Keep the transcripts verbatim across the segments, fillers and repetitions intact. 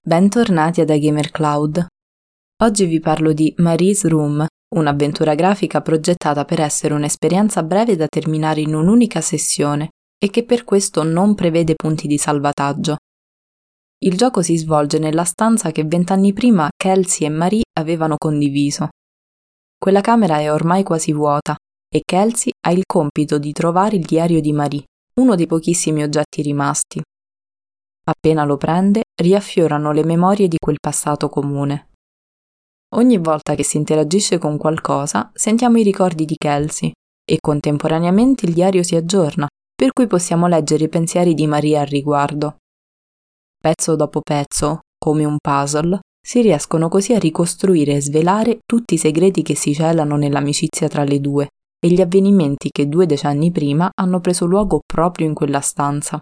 Bentornati ad iGamer Cloud. Oggi vi parlo di Marie's Room, un'avventura grafica progettata per essere un'esperienza breve da terminare in un'unica sessione e che per questo non prevede punti di salvataggio. Il gioco si svolge nella stanza che vent'anni prima Kelsey e Marie avevano condiviso. Quella camera è ormai quasi vuota e Kelsey ha il compito di trovare il diario di Marie, uno dei pochissimi oggetti rimasti. Appena lo prende, riaffiorano le memorie di quel passato comune. Ogni volta che si interagisce con qualcosa, sentiamo i ricordi di Kelsey e contemporaneamente il diario si aggiorna, per cui possiamo leggere i pensieri di Marie al riguardo. Pezzo dopo pezzo, come un puzzle, si riescono così a ricostruire e svelare tutti i segreti che si celano nell'amicizia tra le due e gli avvenimenti che due decenni prima hanno preso luogo proprio in quella stanza.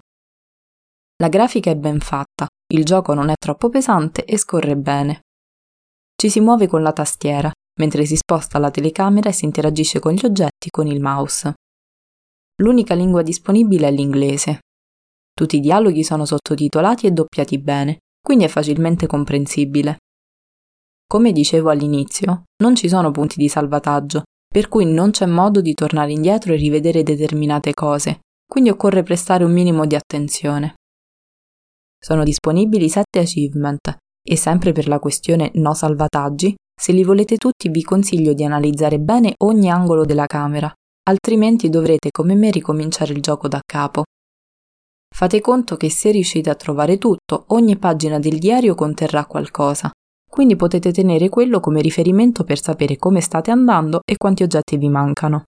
La grafica è ben fatta, il gioco non è troppo pesante e scorre bene. Ci si muove con la tastiera, mentre si sposta la telecamera e si interagisce con gli oggetti con il mouse. L'unica lingua disponibile è l'inglese. Tutti i dialoghi sono sottotitolati e doppiati bene, quindi è facilmente comprensibile. Come dicevo all'inizio, non ci sono punti di salvataggio, per cui non c'è modo di tornare indietro e rivedere determinate cose, quindi occorre prestare un minimo di attenzione. Sono disponibili sette achievement e sempre per la questione no salvataggi, se li volete tutti vi consiglio di analizzare bene ogni angolo della camera, altrimenti dovrete come me ricominciare il gioco da capo. Fate conto che se riuscite a trovare tutto, ogni pagina del diario conterrà qualcosa, quindi potete tenere quello come riferimento per sapere come state andando e quanti oggetti vi mancano.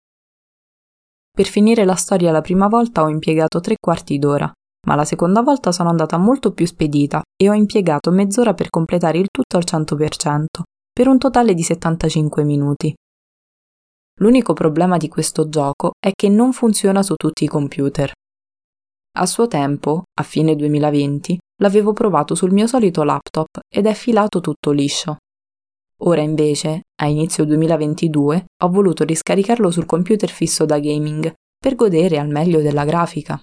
Per finire la storia la prima volta ho impiegato tre quarti d'ora, ma la seconda volta sono andata molto più spedita e ho impiegato mezz'ora per completare il tutto al cento per cento, per un totale di settantacinque minuti. L'unico problema di questo gioco è che non funziona su tutti i computer. A suo tempo, a fine duemilaventi, l'avevo provato sul mio solito laptop ed è filato tutto liscio. Ora invece, a inizio duemilaventidue, ho voluto riscaricarlo sul computer fisso da gaming per godere al meglio della grafica.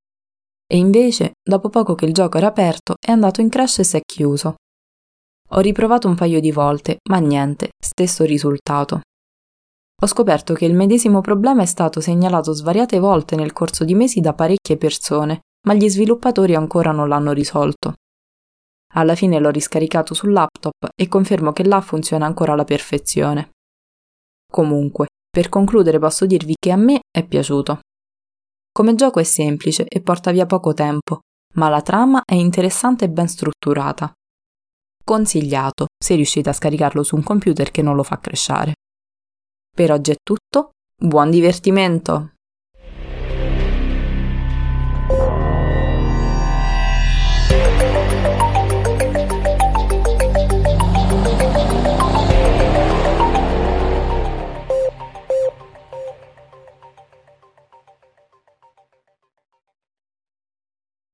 E invece, dopo poco che il gioco era aperto, è andato in crash e si è chiuso. Ho riprovato un paio di volte, ma niente, stesso risultato. Ho scoperto che il medesimo problema è stato segnalato svariate volte nel corso di mesi da parecchie persone, ma gli sviluppatori ancora non l'hanno risolto. Alla fine l'ho riscaricato sul laptop e confermo che là funziona ancora alla perfezione. Comunque, per concludere posso dirvi che a me è piaciuto. Come gioco è semplice e porta via poco tempo, ma la trama è interessante e ben strutturata. Consigliato, se riuscite a scaricarlo su un computer che non lo fa crashare. Per oggi è tutto, buon divertimento!